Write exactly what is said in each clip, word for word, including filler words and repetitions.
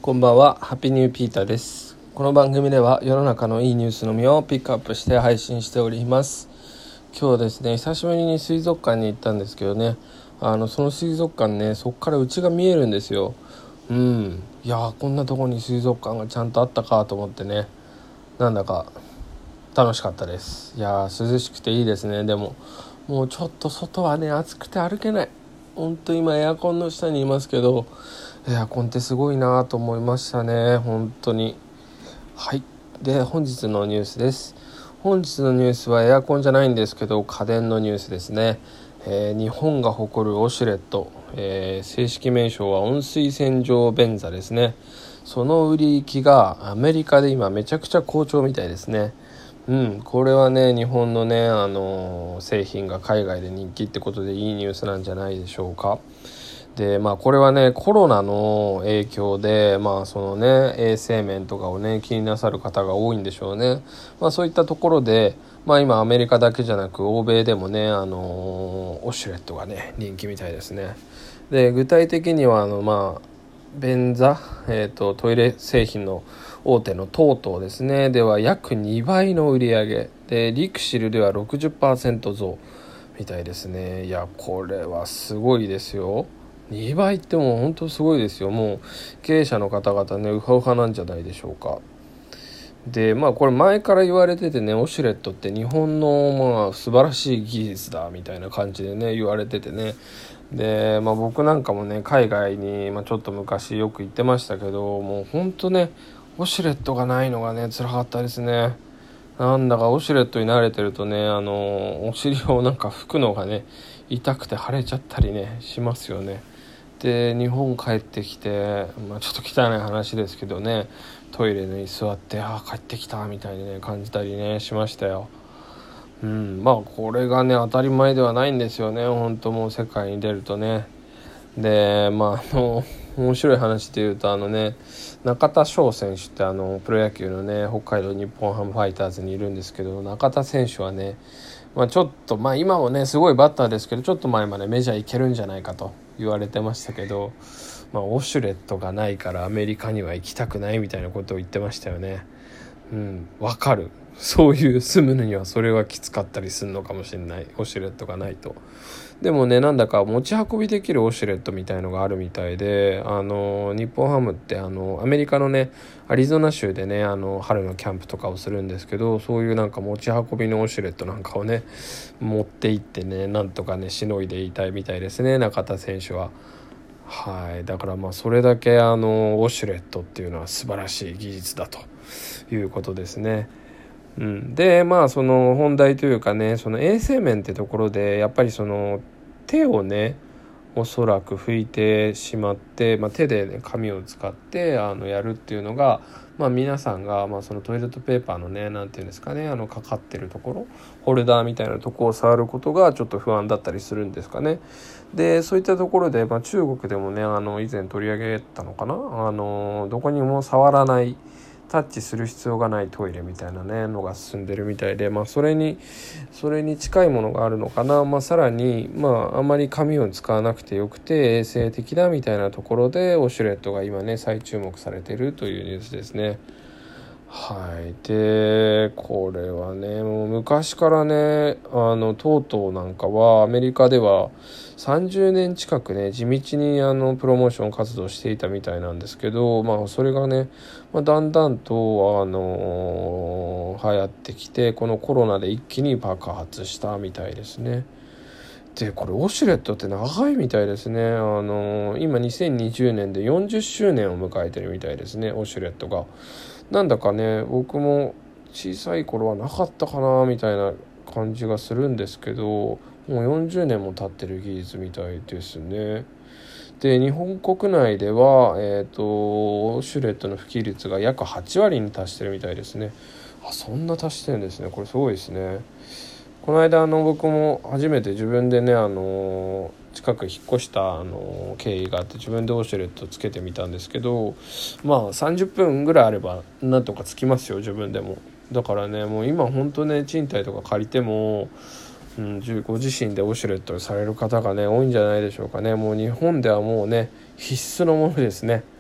こんばんは、ハッピーニューピーターです。この番組では世の中のいいニュースのみをピックアップして配信しております。今日ですね、久しぶりに水族館に行ったんですけどね、あのその水族館ね、そこからうちが見えるんですよ。うんいやーこんなとこに水族館がちゃんとあったかと思ってね、なんだか楽しかったです。いやー涼しくていいですね。でももうちょっと外はね暑くて歩けない。ほんと今エアコンの下にいますけど、エアコンってすごいなと思いましたね、本当に。はい。で、本日のニュースです。本日のニュースはエアコンじゃないんですけど、家電のニュースですね。えー、日本が誇るウォシュレット、えー、正式名称は温水洗浄便座ですね。その売り行きがアメリカで今めちゃくちゃ好調みたいですね。うん、これはね、日本のね、あのー、製品が海外で人気ってことでいいニュースなんじゃないでしょうか。でまあこれはねコロナの影響でまあそのね衛生面とかをね気になさる方が多いんでしょうね。まあそういったところでまあ今アメリカだけじゃなく欧米でもねあのウォシュレットがね人気みたいですね。で具体的にはあのまあ便座、えーと、トイレ製品の大手の トートー ですねでは約にばいの売り上げで、リクシルでは ろくじゅっパーセント 増みたいですね。いやこれはすごいですよ。にばいってもう本当すごいですよ。もう経営者の方々ねウハウハなんじゃないでしょうか。でまあこれ前から言われててね、ウォシュレットって日本のまあ素晴らしい技術だみたいな感じでね言われててね。でまあ僕なんかもね海外に、まあ、ちょっと昔よく行ってましたけど、もう本当ねウォシュレットがないのがね辛かったですね。なんだかウォシュレットに慣れてるとね、あのお尻をなんか拭くのがね痛くて腫れちゃったりねしますよね。で日本帰ってきて、まあ、ちょっと汚い話ですけどね、トイレに座ってああ帰ってきたみたいにね感じたりねしましたよ。うんまあこれがね当たり前ではないんですよね、本当もう世界に出るとね。でまああの面白い話でいうと、あのね中田翔選手ってあのプロ野球のね北海道日本ハムファイターズにいるんですけど、中田選手はね、まあ、ちょっとまあ今もねすごいバッターですけど、ちょっと前までメジャー行けるんじゃないかと言われてましたけど、まあ、ウォシュレットがないからアメリカには行きたくないみたいなことを言ってましたよね。うんわかる。そういう住むのにはそれはきつかったりするのかもしれない、ウォシュレットがないと。でもねなんだか持ち運びできるウォシュレットみたいのがあるみたいで、あの日本ハムってあのアメリカのねアリゾナ州でねあの春のキャンプとかをするんですけど、そういうなんか持ち運びのウォシュレットなんかをね持って行ってねなんとかねしのいでいたいみたいですね、中田選手は。はいだからまあそれだけあのウォシュレットっていうのは素晴らしい技術だということですね。うん、でまあその本題というかね、その衛生面ってところでやっぱりその手をねおそらく拭いてしまって、まあ、手で、ね、紙を使ってあのやるっていうのが、まあ、皆さんが、まあ、そのトイレットペーパーのねなんていうんですかね、あのかかってるところホルダーみたいなところを触ることがちょっと不安だったりするんですかね。でそういったところで、まあ、中国でもねあの以前取り上げたのかな、あのどこにも触らないタッチする必要がないトイレみたいなねのが進んでるみたいで、まあそれにそれに近いものがあるのかな。まあさらにまああまり紙を使わなくてよくて衛生的だみたいなところでウォシュレットが今ね再注目されているというニュースですね。はいでこれはねもう昔からねあのとうとうなんかはアメリカではさんじゅうねん近くね地道にあのプロモーション活動していたみたいなんですけど、まあそれがね、まあ、だんだんとあの流行ってきて、このコロナで一気に爆発したみたいですね。でこれウォシュレットって長いみたいですね。あの今にせんにじゅうねんでよんじゅっしゅうねんを迎えてるみたいですね、ウォシュレットが。なんだかね僕も小さい頃はなかったかなみたいな感じがするんですけど、もうよんじゅうねんも経ってる技術みたいですね。で日本国内では、えーと、ウォシュレットの普及率が約はちわりに達してるみたいですね。あそんな達してるんですね。これすごいですね。この間あの僕も初めて自分でねあの近く引っ越したあの経緯があって自分でウォシュレットつけてみたんですけど、まあさんじゅっぷんぐらいあればなんとかつきますよ自分でも。だからねもう今本当ね賃貸とか借りても、うん、ご自身でウォシュレットされる方がね多いんじゃないでしょうかね。もう日本ではもうね必須のものですね。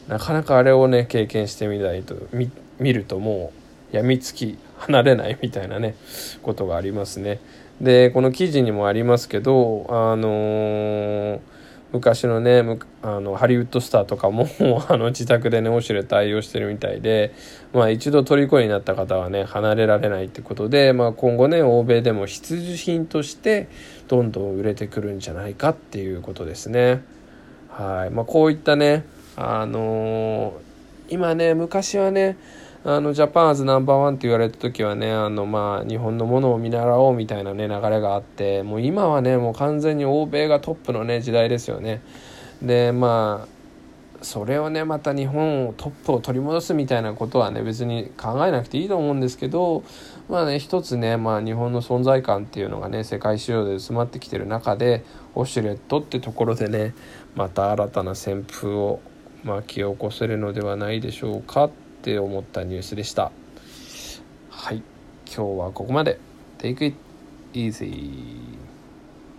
なかなかあれをね経験してみないと 見, 見るともうやみつき離れないみたいなねことがありますね。でこの記事にもありますけど、あのー、昔のねあのハリウッドスターとかもあの自宅でねウォシュレット愛用してるみたいで、まあ、一度虜になった方はね離れられないってことで、まあ、今後ね欧米でも必需品としてどんどん売れてくるんじゃないかっていうことですね。はい、まあ、こういったねあのー、今ね昔はねあのジャパンアズナンバーワンって言われた時はねあのまあ日本のものを見習おうみたいなね流れがあって、もう今はねもう完全に欧米がトップのね時代ですよね。でまあそれをねまた日本をトップを取り戻すみたいなことはね別に考えなくていいと思うんですけど、まあね一つねまあ日本の存在感っていうのがね世界市場で薄まってきてる中でウォシュレットってところでねまた新たな旋風を巻き起こせるのではないでしょうかって思ったニュースでした。はい、今日はここまで。 Take it easy.